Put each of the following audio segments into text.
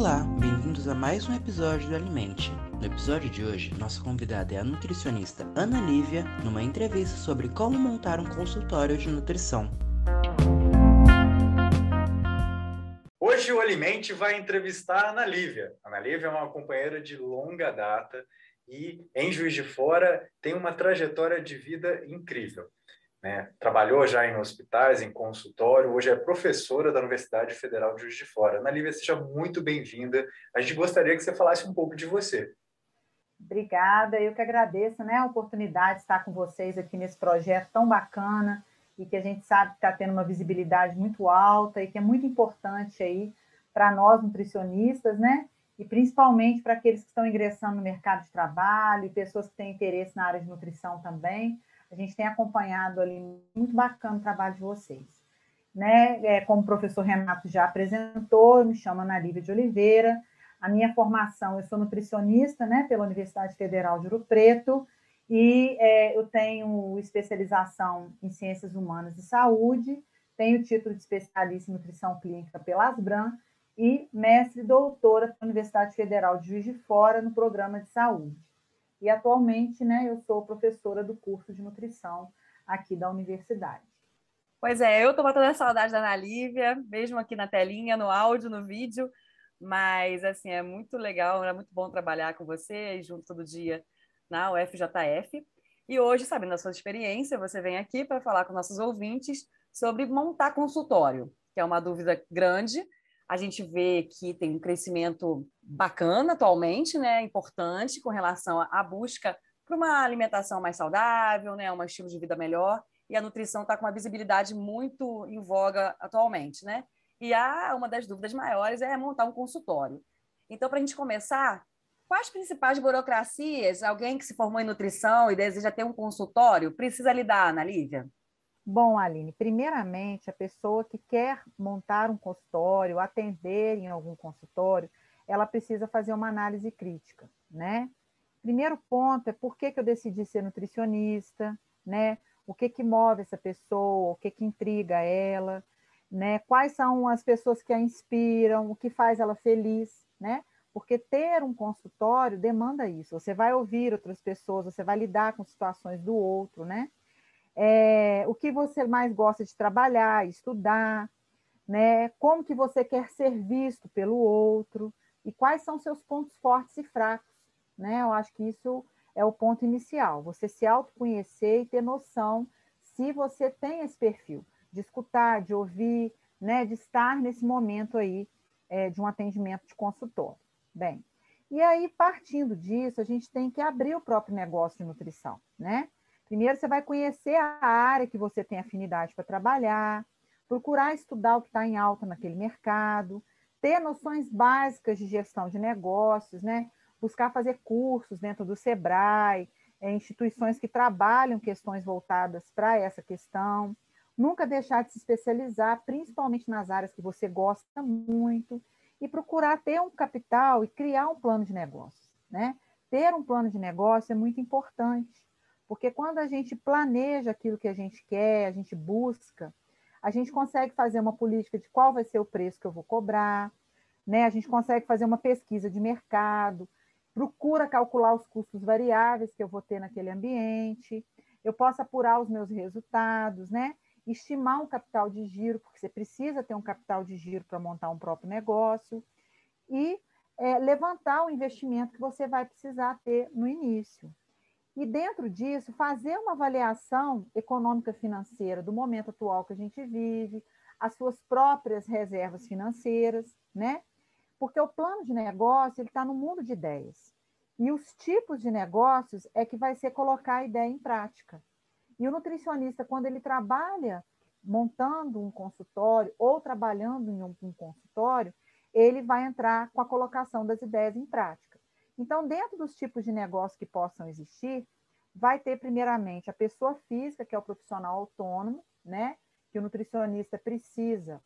Olá, bem-vindos a mais um episódio do Alimente. No episódio de hoje, nossa convidada é a nutricionista Ana Lívia, numa entrevista sobre como montar um consultório de nutrição. Hoje o Alimente vai entrevistar a Ana Lívia. A Ana Lívia é uma companheira de longa data e, em Juiz de Fora, tem uma trajetória de vida incrível. Trabalhou já em hospitais, em consultório, hoje é professora da Universidade Federal de Juiz de Fora. Ana Lívia, seja muito bem-vinda. A gente gostaria que você falasse um pouco de você. Obrigada, eu que agradeço, a oportunidade de estar com vocês aqui nesse projeto tão bacana e que a gente sabe que está tendo uma visibilidade muito alta e que é muito importante aí para nós nutricionistas, e principalmente para aqueles que estão ingressando no mercado de trabalho e pessoas que têm interesse na área de nutrição também. A gente tem acompanhado ali muito bacana o trabalho de vocês. Como o professor Renato já apresentou, eu me chamo Ana Lívia de Oliveira. A minha formação, eu sou nutricionista, pela Universidade Federal de Ouro Preto, e eu tenho especialização em Ciências Humanas e Saúde, tenho título de especialista em Nutrição Clínica pela Asbram e mestre e doutora pela Universidade Federal de Juiz de Fora no programa de saúde. E atualmente, eu sou professora do curso de nutrição aqui da universidade. Pois é, eu estou matando a saudade da Ana Lívia, mesmo aqui na telinha, no áudio, no vídeo, mas assim, é muito legal, é muito bom trabalhar com você, junto todo dia na UFJF. E hoje, sabendo da sua experiência, você vem aqui para falar com nossos ouvintes sobre montar consultório, que é uma dúvida grande. A gente vê que tem um crescimento bacana atualmente, importante com relação à busca por uma alimentação mais saudável, um estilo de vida melhor, e a nutrição está com uma visibilidade muito em voga atualmente, E uma das dúvidas maiores é montar um consultório. Então, para a gente começar, quais principais burocracias alguém que se formou em nutrição e deseja ter um consultório precisa lidar, Ana Lívia? Bom, Aline, primeiramente, a pessoa que quer montar um consultório, atender em algum consultório, ela precisa fazer uma análise crítica, Primeiro ponto é por que eu decidi ser nutricionista, O que move essa pessoa, o que intriga ela, Quais são as pessoas que a inspiram, o que faz ela feliz, Porque ter um consultório demanda isso. Você vai ouvir outras pessoas, você vai lidar com situações do outro, o que você mais gosta de trabalhar, estudar, Como que você quer ser visto pelo outro e quais são seus pontos fortes e fracos, Eu acho que isso é o ponto inicial, você se autoconhecer e ter noção se você tem esse perfil de escutar, de ouvir, de estar nesse momento aí de um atendimento de consultório. Bem, e aí, partindo disso, a gente tem que abrir o próprio negócio de nutrição, Primeiro, você vai conhecer a área que você tem afinidade para trabalhar, procurar estudar o que está em alta naquele mercado, ter noções básicas de gestão de negócios, Buscar fazer cursos dentro do Sebrae, instituições que trabalham questões voltadas para essa questão, nunca deixar de se especializar, principalmente nas áreas que você gosta muito, e procurar ter um capital e criar um plano de negócios, Ter um plano de negócio é muito importante, porque quando a gente planeja aquilo que a gente quer, a gente busca, a gente consegue fazer uma política de qual vai ser o preço que eu vou cobrar, A gente consegue fazer uma pesquisa de mercado, procura calcular os custos variáveis que eu vou ter naquele ambiente, eu posso apurar os meus resultados, Estimar um capital de giro, porque você precisa ter um capital de giro para montar um próprio negócio, e levantar o investimento que você vai precisar ter no início. E dentro disso, fazer uma avaliação econômica financeira do momento atual que a gente vive, as suas próprias reservas financeiras, Porque o plano de negócio está no mundo de ideias. E os tipos de negócios é que vai ser colocar a ideia em prática. E o nutricionista, quando ele trabalha montando um consultório ou trabalhando em um consultório, ele vai entrar com a colocação das ideias em prática. Então, dentro dos tipos de negócio que possam existir, vai ter, primeiramente, a pessoa física, que é o profissional autônomo, Que o nutricionista precisa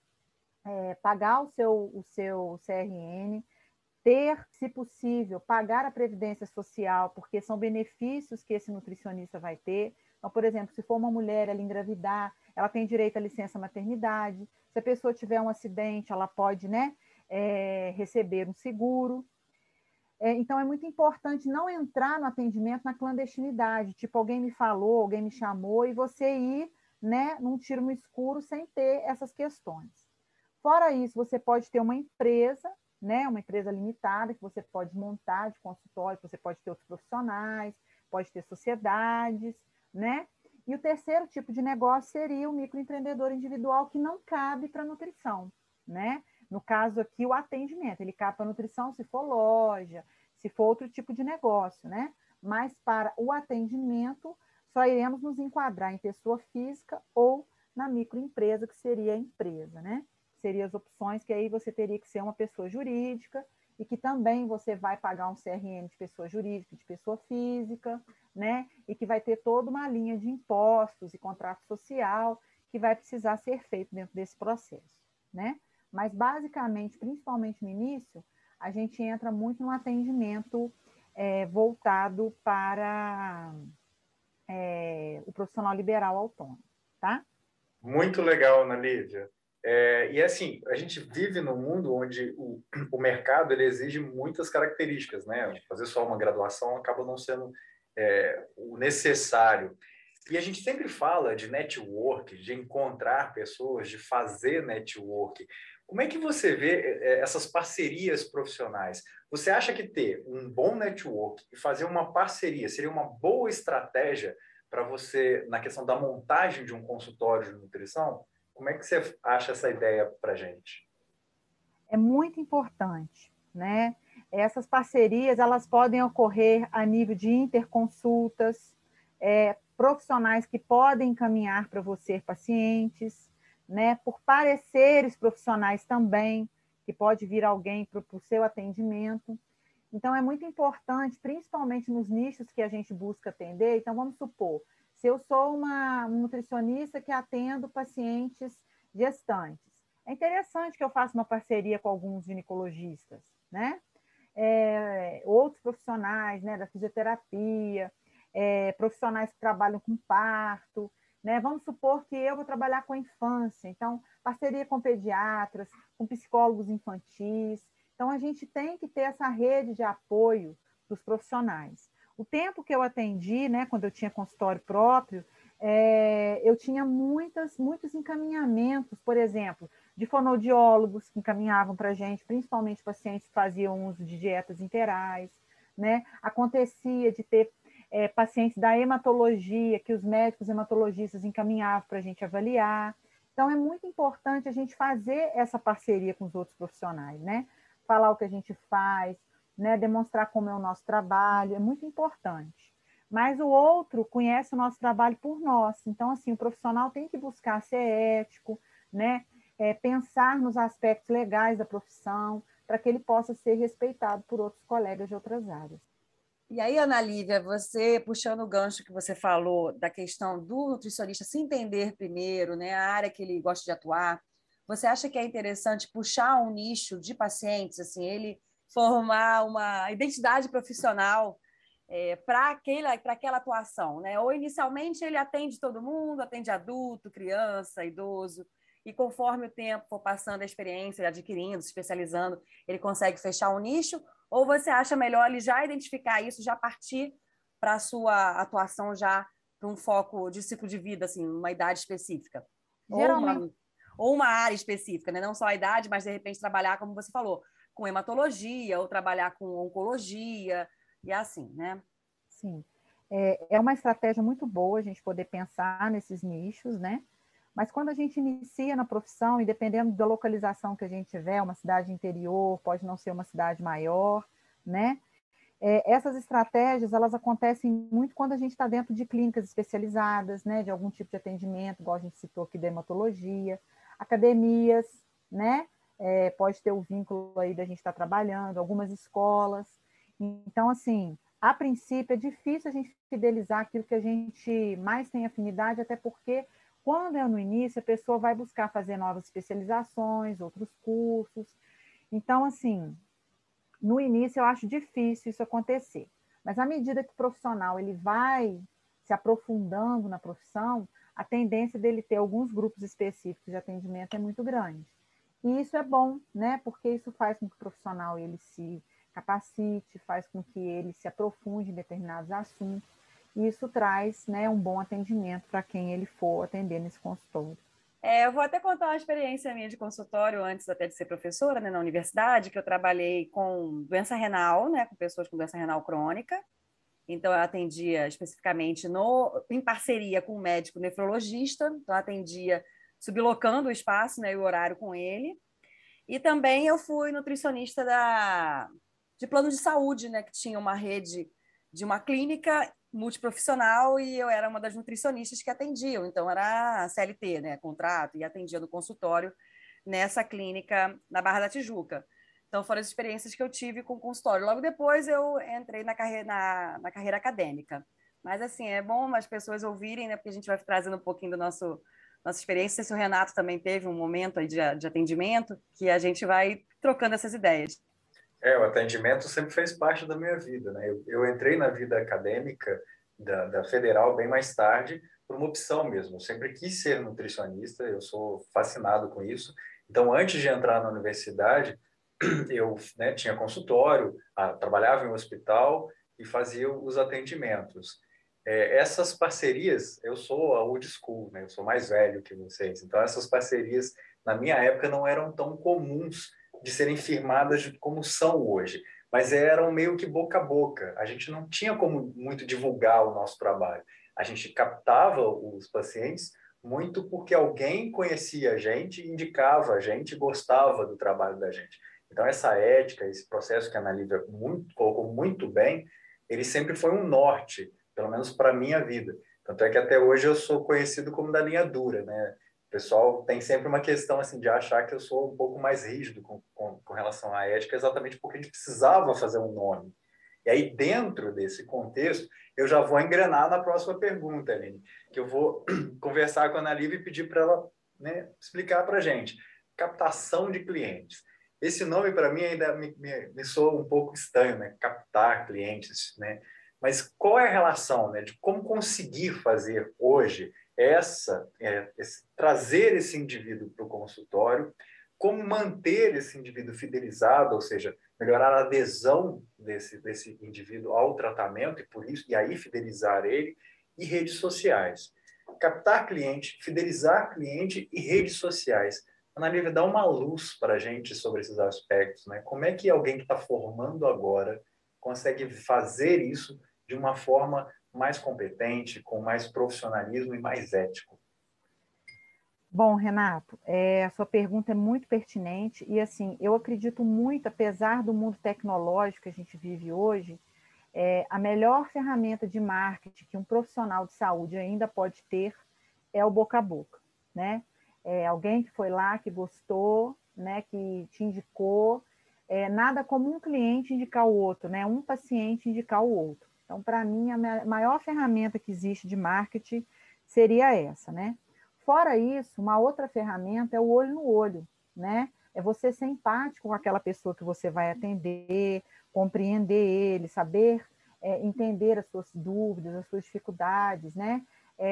pagar o seu CRN, ter, se possível, pagar a previdência social, porque são benefícios que esse nutricionista vai ter. Então, por exemplo, se for uma mulher, ela engravidar, ela tem direito à licença maternidade. Se a pessoa tiver um acidente, ela pode receber um seguro. Então, é muito importante não entrar no atendimento na clandestinidade, tipo, alguém me falou, alguém me chamou, e você ir, né, num tiro no escuro sem ter essas questões. Fora isso, você pode ter uma empresa, né, uma empresa limitada, que você pode montar de consultório, você pode ter outros profissionais, pode ter sociedades, né? E o terceiro tipo de negócio seria o microempreendedor individual, que não cabe para nutrição, né? No caso aqui, o atendimento, ele cabe para nutrição se for loja, se for outro tipo de negócio, né? Mas para o atendimento, só iremos nos enquadrar em pessoa física ou na microempresa, que seria a empresa, né? Seriam as opções que aí você teria que ser uma pessoa jurídica e que também você vai pagar um CRM de pessoa jurídica, de pessoa física, né? E que vai ter toda uma linha de impostos e contrato social que vai precisar ser feito dentro desse processo, né? Mas, basicamente, principalmente no início, a gente entra muito no atendimento voltado para o profissional liberal autônomo, tá? Muito legal, Ana Lívia. E assim, a gente vive num mundo onde o mercado ele exige muitas características, né? Fazer só uma graduação acaba não sendo o necessário. E a gente sempre fala de network, de encontrar pessoas, de fazer network. Como é que você vê essas parcerias profissionais? Você acha que ter um bom network e fazer uma parceria seria uma boa estratégia para você, na questão da montagem de um consultório de nutrição? Como é que você acha essa ideia para a gente? É muito importante, né? Essas parcerias, elas podem ocorrer a nível de interconsultas, profissionais que podem encaminhar para você pacientes, né? Por pareceres profissionais também, que pode vir alguém para o seu atendimento. Então, é muito importante, principalmente nos nichos que a gente busca atender. Então, vamos supor, se eu sou uma nutricionista que atendo pacientes gestantes, é interessante que eu faça uma parceria com alguns ginecologistas, né? Outros profissionais, né, da fisioterapia, profissionais que trabalham com parto, né? Vamos supor que eu vou trabalhar com a infância, então, parceria com pediatras, com psicólogos infantis. Então, a gente tem que ter essa rede de apoio dos profissionais. O tempo que eu atendi, né, quando eu tinha consultório próprio, eu tinha muitos encaminhamentos, por exemplo, de fonoaudiólogos que encaminhavam para a gente, principalmente pacientes que faziam uso de dietas interais, né? Acontecia de ter pacientes da hematologia, que os médicos hematologistas encaminhavam para a gente avaliar. Então, é muito importante a gente fazer essa parceria com os outros profissionais, né? Falar o que a gente faz, né? Demonstrar como é o nosso trabalho, é muito importante. Mas o outro conhece o nosso trabalho por nós. Então, assim, o profissional tem que buscar ser ético, né? Pensar nos aspectos legais da profissão, para que ele possa ser respeitado por outros colegas de outras áreas. E aí, Ana Lívia, você puxando o gancho que você falou da questão do nutricionista se entender primeiro, né, a área que ele gosta de atuar, você acha que é interessante puxar um nicho de pacientes, assim, ele formar uma identidade profissional para aquela atuação, né? Ou inicialmente ele atende todo mundo, atende adulto, criança, idoso, e conforme o tempo for passando a experiência, adquirindo, se especializando, ele consegue fechar um nicho? Ou você acha melhor ele já identificar isso, já partir para a sua atuação já para um foco de ciclo de vida, assim, uma idade específica? Geralmente, Ou uma área específica, né? Não só a idade, mas de repente trabalhar, como você falou, com hematologia, ou trabalhar com oncologia, e assim, né? sim. É uma estratégia muito boa a gente poder pensar nesses nichos, né? Mas quando a gente inicia na profissão, e dependendo da localização que a gente tiver, uma cidade interior, pode não ser uma cidade maior, né? Essas estratégias, elas acontecem muito quando a gente está dentro de clínicas especializadas, né? De algum tipo de atendimento, igual a gente citou aqui da hematologia, academias, né? Pode ter o vínculo aí da gente estar trabalhando, algumas escolas. Então, assim, a princípio é difícil a gente fidelizar aquilo que a gente mais tem afinidade, até porque quando é no início, a pessoa vai buscar fazer novas especializações, outros cursos. Então, assim, no início eu acho difícil isso acontecer. Mas à medida que o profissional ele vai se aprofundando na profissão, a tendência dele ter alguns grupos específicos de atendimento é muito grande. E isso é bom, né? Porque isso faz com que o profissional ele se capacite, faz com que ele se aprofunde em determinados assuntos. E isso traz, né, um bom atendimento para quem ele for atender nesse consultório. Eu vou até contar uma experiência minha de consultório antes até de ser professora, né, na universidade, que eu trabalhei com doença renal, né, com pessoas com doença renal crônica. Então, eu atendia especificamente em parceria com um médico nefrologista, então eu atendia sublocando o espaço, né, e o horário com ele. E também eu fui nutricionista de plano de saúde, né, que tinha uma rede de uma clínica multiprofissional e eu era uma das nutricionistas que atendiam. Então, era CLT, né, contrato, e atendia no consultório nessa clínica na Barra da Tijuca. Então, foram as experiências que eu tive com o consultório. Logo depois, eu entrei na carreira acadêmica. Mas, assim, é bom as pessoas ouvirem, né, porque a gente vai trazendo um pouquinho do nossa experiência. Se o Renato também teve um momento aí de atendimento, que a gente vai trocando essas ideias. O atendimento sempre fez parte da minha vida, né? Eu entrei na vida acadêmica da Federal bem mais tarde por uma opção mesmo. Eu sempre quis ser nutricionista, eu sou fascinado com isso. Então, antes de entrar na universidade, eu, né, tinha consultório, trabalhava em um hospital e fazia os atendimentos. Essas parcerias, eu sou a old school, né? Eu sou mais velho que vocês. Então, essas parcerias, na minha época, não eram tão comuns de serem firmadas como são hoje, mas eram meio que boca a boca. A gente não tinha como muito divulgar o nosso trabalho. A gente captava os pacientes muito porque alguém conhecia a gente, indicava a gente, gostava do trabalho da gente. Então, essa ética, esse processo que a Ana Lívia colocou muito bem, ele sempre foi um norte, pelo menos para a minha vida. Tanto é que até hoje eu sou conhecido como da linha dura, né? O pessoal tem sempre uma questão assim de achar que eu sou um pouco mais rígido com relação à ética, exatamente porque a gente precisava fazer um nome. E aí, dentro desse contexto, eu já vou engrenar na próxima pergunta, Aline, que eu vou conversar com a Ana Lívia e pedir para ela, né, explicar para a gente. Captação de clientes. Esse nome, para mim, ainda me soa um pouco estranho, né? Captar clientes, né? Mas qual é a relação, né, de como conseguir fazer hoje trazer esse indivíduo para o consultório, como manter esse indivíduo fidelizado, ou seja, melhorar a adesão desse indivíduo ao tratamento e por isso e aí fidelizar ele, e redes sociais. Captar cliente, fidelizar cliente e redes sociais. Ana Lívia, dá uma luz para a gente sobre esses aspectos, né? Como é que alguém que está formando agora consegue fazer isso de uma forma mais competente, com mais profissionalismo e mais ético? Bom, Renato, a sua pergunta é muito pertinente e, assim, eu acredito muito, apesar do mundo tecnológico que a gente vive hoje, a melhor ferramenta de marketing que um profissional de saúde ainda pode ter é o boca a boca, né? Alguém que foi lá, que gostou, né, que te indicou, nada como um cliente indicar o outro, né? Um paciente indicar o outro. Então, para mim, a maior ferramenta que existe de marketing seria essa, né? Fora isso, uma outra ferramenta é o olho no olho, né? É você ser empático com aquela pessoa que você vai atender, compreender ele, saber entender as suas dúvidas, as suas dificuldades, né?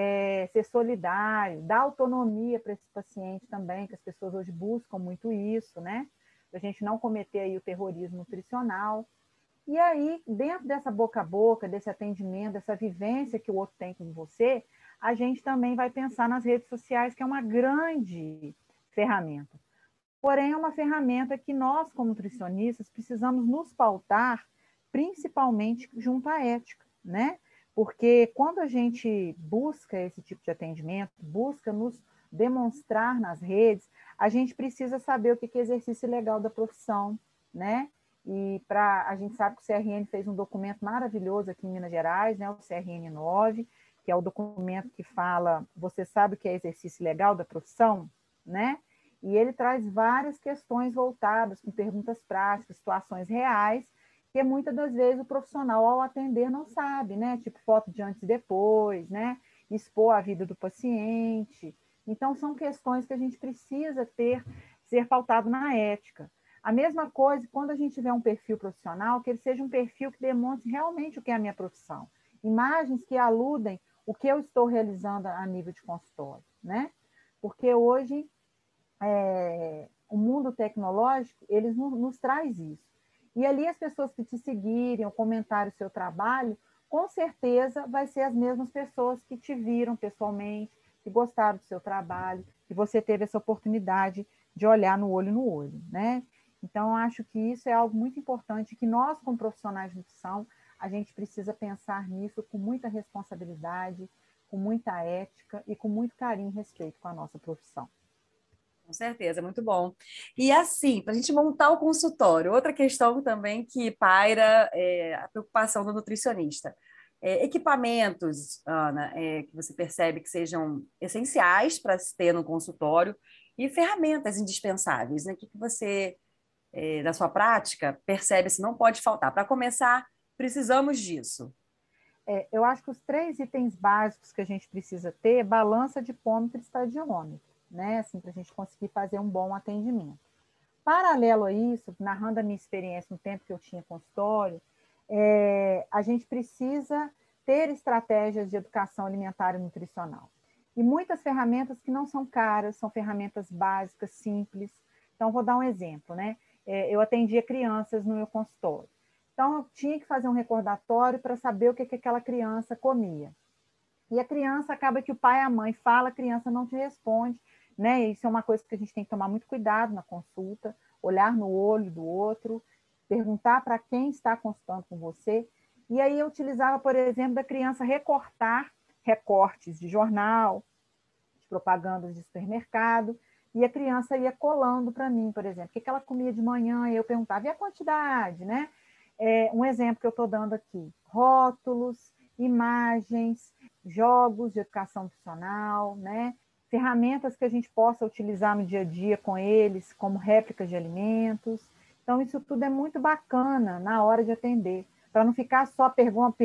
Ser solidário, dar autonomia para esse paciente também, que as pessoas hoje buscam muito isso, né? Para a gente não cometer aí o terrorismo nutricional. E aí, dentro dessa boca a boca, desse atendimento, dessa vivência que o outro tem com você, a gente também vai pensar nas redes sociais, que é uma grande ferramenta. Porém, é uma ferramenta que nós, como nutricionistas, precisamos nos pautar, principalmente junto à ética, né? Porque quando a gente busca esse tipo de atendimento, busca nos demonstrar nas redes, a gente precisa saber o que é exercício legal da profissão, né? E a gente sabe que o CRN fez um documento maravilhoso aqui em Minas Gerais, né? O CRN 9, que é o documento que fala, você sabe o que é exercício legal da profissão, né? E ele traz várias questões voltadas com perguntas práticas, situações reais, que muitas das vezes o profissional, ao atender, não sabe, né? Tipo foto de antes e depois, né? Expor a vida do paciente. Então, são questões que a gente precisa ser pautado na ética. A mesma coisa quando a gente tiver um perfil profissional, que ele seja um perfil que demonstre realmente o que é a minha profissão. Imagens que aludem o que eu estou realizando a nível de consultório, né? Porque hoje o mundo tecnológico, eles nos traz isso. E ali as pessoas que te seguirem ou comentarem o seu trabalho, com certeza vai ser as mesmas pessoas que te viram pessoalmente, que gostaram do seu trabalho, que você teve essa oportunidade de olhar no olho, né? Então, acho que isso é algo muito importante, que nós, como profissionais de nutrição, a gente precisa pensar nisso com muita responsabilidade, com muita ética e com muito carinho e respeito com a nossa profissão. Com certeza, muito bom. E assim, para a gente montar o consultório, outra questão também que paira é a preocupação do nutricionista. Equipamentos, Ana, que você percebe que sejam essenciais para se ter no consultório e ferramentas indispensáveis, né? O que você, na sua prática, percebe se não pode faltar? Para começar, precisamos disso. Eu acho que os 3 itens básicos que a gente precisa ter é balança, dipômetro e estadiômetro, né? Assim, para a gente conseguir fazer um bom atendimento. Paralelo a isso, narrando a minha experiência no tempo que eu tinha consultório, a gente precisa ter estratégias de educação alimentar e nutricional. E muitas ferramentas que não são caras, são ferramentas básicas, simples. Então, vou dar um exemplo, né? Eu atendia crianças no meu consultório. Então, eu tinha que fazer um recordatório para saber o que aquela criança comia. E a criança, acaba que o pai e a mãe falam, a criança não te responde, né? Isso é uma coisa que a gente tem que tomar muito cuidado na consulta, olhar no olho do outro, perguntar para quem está consultando com você. E aí eu utilizava, por exemplo, da criança recortar recortes de jornal, de propagandas de supermercado, e a criança ia colando para mim, por exemplo, o que ela comia de manhã, e eu perguntava, e a quantidade, né? Um exemplo que eu estou dando aqui, rótulos, imagens, jogos de educação nutricional, né? Ferramentas que a gente possa utilizar no dia a dia com eles, como réplicas de alimentos. Então, isso tudo é muito bacana na hora de atender, para não ficar só pergunta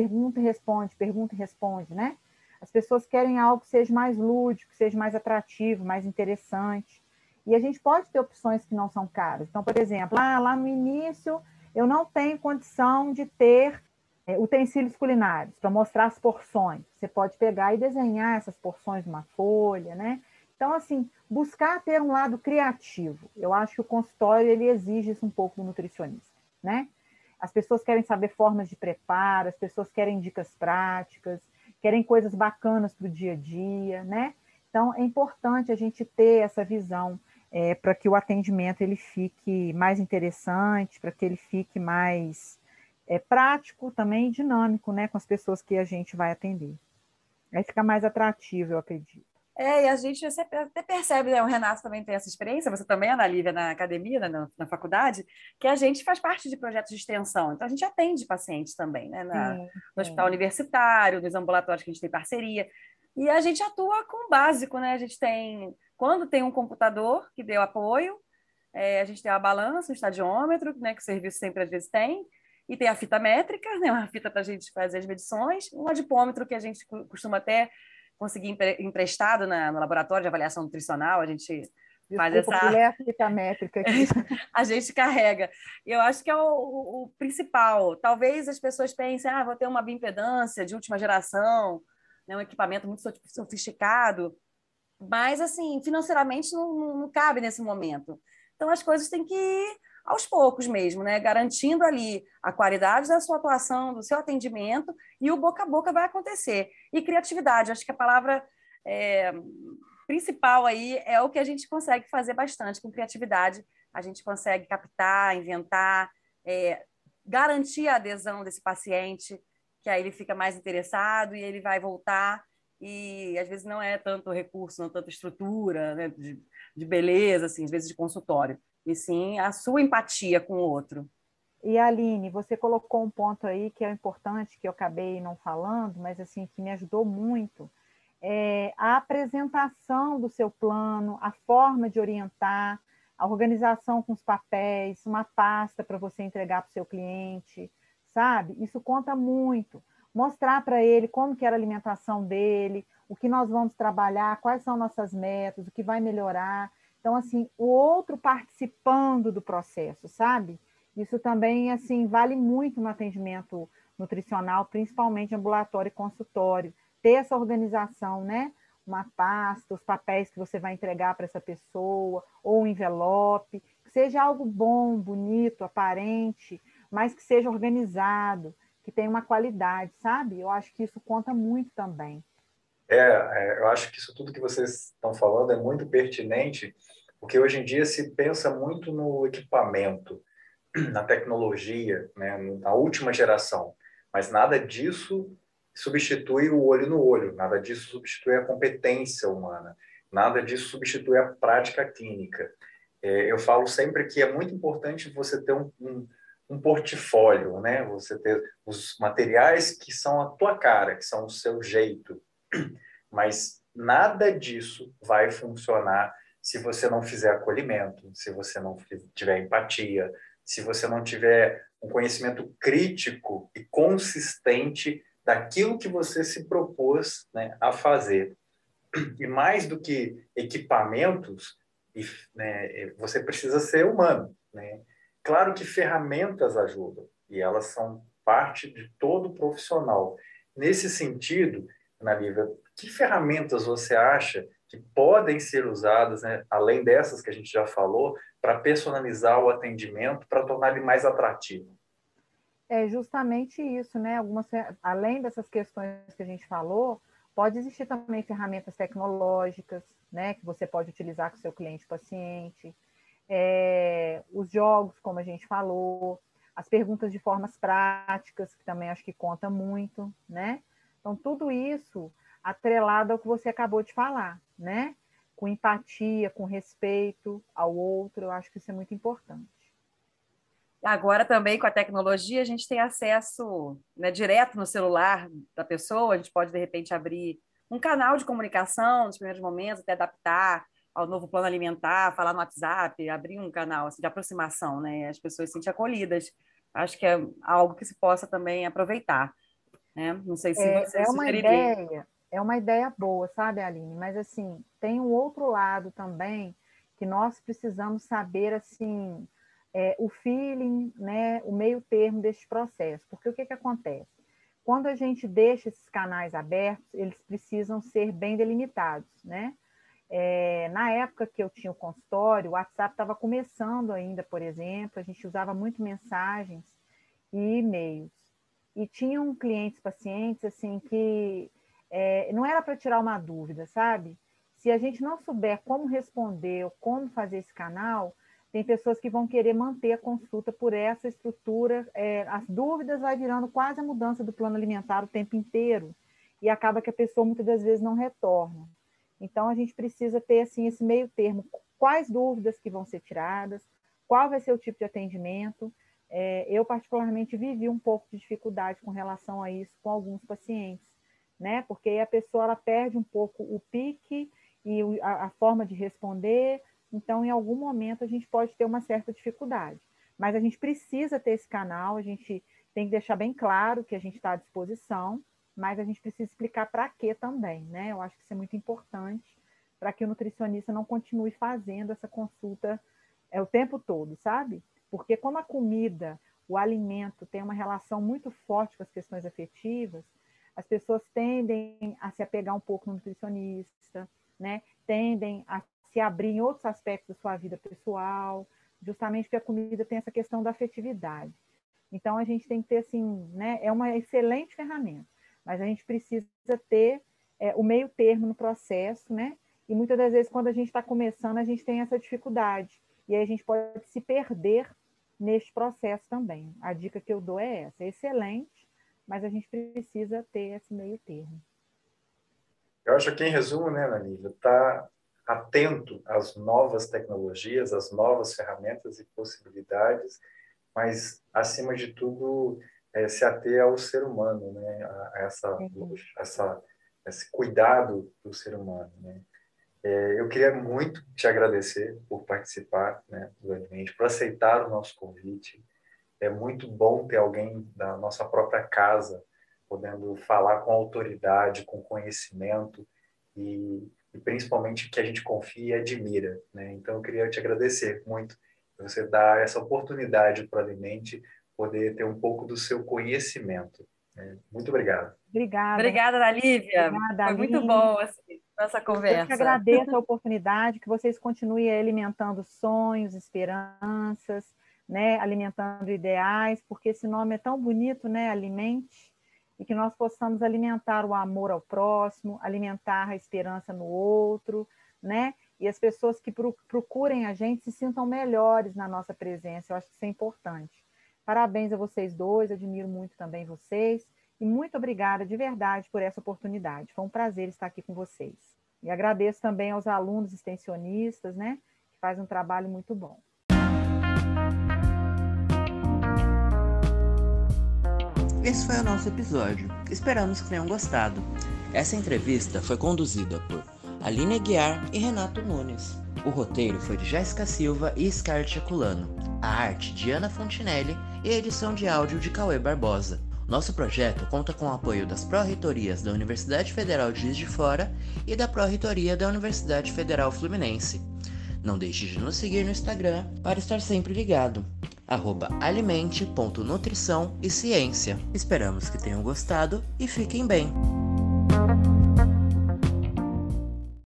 e responde, né? As pessoas querem algo que seja mais lúdico, que seja mais atrativo, mais interessante. E a gente pode ter opções que não são caras. Então, por exemplo, lá no início, eu não tenho condição de ter utensílios culinários para mostrar as porções. Você pode pegar e desenhar essas porções numa folha, né? Então, assim, buscar ter um lado criativo. Eu acho que o consultório, ele exige isso um pouco do nutricionista, né? As pessoas querem saber formas de preparo, as pessoas querem dicas práticas, querem coisas bacanas para o dia a dia, né? Então, é importante a gente ter essa visão para que o atendimento ele fique mais interessante, para que ele fique mais prático também e dinâmico, né, com as pessoas que a gente vai atender. Aí fica mais atrativo, eu acredito. E a gente até percebe, né? O Renato também tem essa experiência, você também, Ana Lívia, na academia, na faculdade, que a gente faz parte de projetos de extensão, então a gente atende pacientes também, né? No hospital universitário, nos ambulatórios que a gente tem parceria, e a gente atua com o básico, né? A gente tem, quando tem um computador que deu apoio, a gente tem a balança, o estadiômetro, né? Que o serviço sempre às vezes tem, e tem a fita métrica, né? Uma fita para a gente fazer as medições, um adipômetro que a gente costuma até conseguir emprestado no laboratório de avaliação nutricional, a gente faz essa... a fita métrica aqui. A gente carrega. Eu acho que é o principal. Talvez as pessoas pensem, vou ter uma bioimpedância de última geração, né, um equipamento muito sofisticado, mas, assim, financeiramente não cabe nesse momento. Então, as coisas têm que ir aos poucos mesmo, né? Garantindo ali a qualidade da sua atuação, do seu atendimento, e o boca a boca vai acontecer. E criatividade, acho que a palavra principal aí é o que a gente consegue fazer bastante com criatividade. A gente consegue captar, inventar, garantir a adesão desse paciente, que aí ele fica mais interessado e ele vai voltar. E às vezes não é tanto recurso, não tanta estrutura, né, de beleza, assim, às vezes de consultório, e sim a sua empatia com o outro. E Aline, você colocou um ponto aí que é importante, que eu acabei não falando, mas assim, que me ajudou muito, a apresentação do seu plano, a forma de orientar, a organização com os papéis, uma pasta para você entregar para o seu cliente, sabe? Isso conta muito. Mostrar para ele como que era a alimentação dele, o que nós vamos trabalhar, quais são nossas metas, o que vai melhorar. Então, assim, o outro participando do processo, sabe? Isso também, assim, vale muito no atendimento nutricional, principalmente ambulatório e consultório. Ter essa organização, né? uma pasta, os papéis que você vai entregar para essa pessoa, ou um envelope, que seja algo bom, bonito, aparente, mas que seja organizado, que tenha uma qualidade, sabe? Eu acho que isso conta muito também. Eu acho que isso tudo que vocês estão falando é muito pertinente, porque hoje em dia se pensa muito no equipamento, na tecnologia, né, na última geração, mas nada disso substitui o olho no olho, nada disso substitui a competência humana, nada disso substitui a prática clínica. Eu falo sempre que é muito importante você ter um portfólio, né? Você ter os materiais que são a tua cara, que são o seu jeito, mas nada disso vai funcionar se você não fizer acolhimento, se você não tiver empatia, se você não tiver um conhecimento crítico e consistente daquilo que você se propôs, né, a fazer. E mais do que equipamentos, né, você precisa ser humano, né? Claro que ferramentas ajudam, e elas são parte de todo profissional. Nesse sentido, Ana Lívia, que ferramentas você acha que podem ser usadas, né, além dessas que a gente já falou, para personalizar o atendimento, para tornar ele mais atrativo? É justamente isso, né? Além dessas questões que a gente falou, pode existir também ferramentas tecnológicas, né? Que você pode utilizar com o seu cliente paciente. Os jogos, como a gente falou, as perguntas de formas práticas, que também acho que conta muito, né? Então, tudo isso atrelado ao que você acabou de falar, né? Com empatia, com respeito ao outro, eu acho que isso é muito importante. Agora também com a tecnologia a gente tem acesso, né, direto no celular da pessoa, a gente pode de repente abrir um canal de comunicação nos primeiros momentos, até adaptar ao novo plano alimentar, falar no WhatsApp, abrir um canal assim, de aproximação, né? As pessoas se sentem acolhidas. Acho que é algo que se possa também aproveitar, né? Não sei se você É uma sugeriria. ideia, é uma ideia boa, sabe, Aline? Mas assim, tem um outro lado também que nós precisamos saber assim, o feeling, né, o meio termo deste processo. Porque o que acontece? Quando a gente deixa esses canais abertos, eles precisam ser bem delimitados, né? Na época que eu tinha o consultório, o WhatsApp estava começando ainda, por exemplo, a gente usava muito mensagens e e-mails. E tinham clientes, pacientes, assim, que não era para tirar uma dúvida, sabe? Se a gente não souber como responder ou como fazer esse canal, tem pessoas que vão querer manter a consulta por essa estrutura. As dúvidas vai virando quase a mudança do plano alimentar o tempo inteiro e acaba que a pessoa muitas das vezes não retorna. Então, a gente precisa ter assim, esse meio termo. Quais dúvidas que vão ser tiradas, qual vai ser o tipo de atendimento. Eu, particularmente, vivi um pouco de dificuldade com relação a isso com alguns pacientes, né? Porque aí a pessoa ela perde um pouco o pique e a forma de responder. Então, em algum momento, a gente pode ter uma certa dificuldade. Mas a gente precisa ter esse canal, a gente tem que deixar bem claro que a gente está à disposição, mas a gente precisa explicar para quê também, né? Eu acho que isso é muito importante para que o nutricionista não continue fazendo essa consulta o tempo todo, sabe? Porque como a comida, o alimento tem uma relação muito forte com as questões afetivas, as pessoas tendem a se apegar um pouco no nutricionista, né? Tendem a se abrir em outros aspectos da sua vida pessoal, justamente porque a comida tem essa questão da afetividade. Então, a gente tem que ter, assim, né? É uma excelente ferramenta, mas a gente precisa ter o meio termo no processo, né? E muitas das vezes, quando a gente está começando, a gente tem essa dificuldade. E aí a gente pode se perder neste processo também. A dica que eu dou é essa, é excelente, mas a gente precisa ter esse meio termo. Eu acho que, em resumo, né, Ana Lívia, está atento às novas tecnologias, às novas ferramentas e possibilidades, mas, acima de tudo, se ater ao ser humano, né, esse cuidado do ser humano, né? Eu queria muito te agradecer por participar, né, do Alimente, por aceitar o nosso convite. É muito bom ter alguém da nossa própria casa podendo falar com autoridade, com conhecimento e principalmente que a gente confia e admira, né? Então, eu queria te agradecer muito por você dar essa oportunidade para o Alimente poder ter um pouco do seu conhecimento, né? Muito obrigado. Obrigada. Obrigada, Ana Lívia. Obrigada, Foi muito Aline. bom. Assim. essa Eu que conversa. agradeço a oportunidade, que vocês continuem alimentando sonhos, esperanças, né? Alimentando ideais, porque esse nome é tão bonito, né? Alimente, e que nós possamos alimentar o amor ao próximo, alimentar a esperança no outro, né? E as pessoas que procurem a gente se sintam melhores na nossa presença. Eu acho que isso é importante. Parabéns a vocês dois, admiro muito também vocês. E muito obrigada de verdade por essa oportunidade. Foi um prazer estar aqui com vocês. E agradeço também aos alunos extensionistas, né, que fazem um trabalho muito bom. Esse foi o nosso episódio. Esperamos que tenham gostado. Essa entrevista foi conduzida por Aline Aguiar e Renato Nunes. O roteiro foi de Jéssica Silva e Scarlett Aculano. A arte de Ana Fontinelli e a edição de áudio de Cauê Barbosa. Nosso projeto conta com o apoio das Pró-Reitorias da Universidade Federal de Juiz de Fora e da Pró-Reitoria da Universidade Federal Fluminense. Não deixe de nos seguir no Instagram para estar sempre ligado. @alimente.nutrição e ciência. Esperamos que tenham gostado e fiquem bem!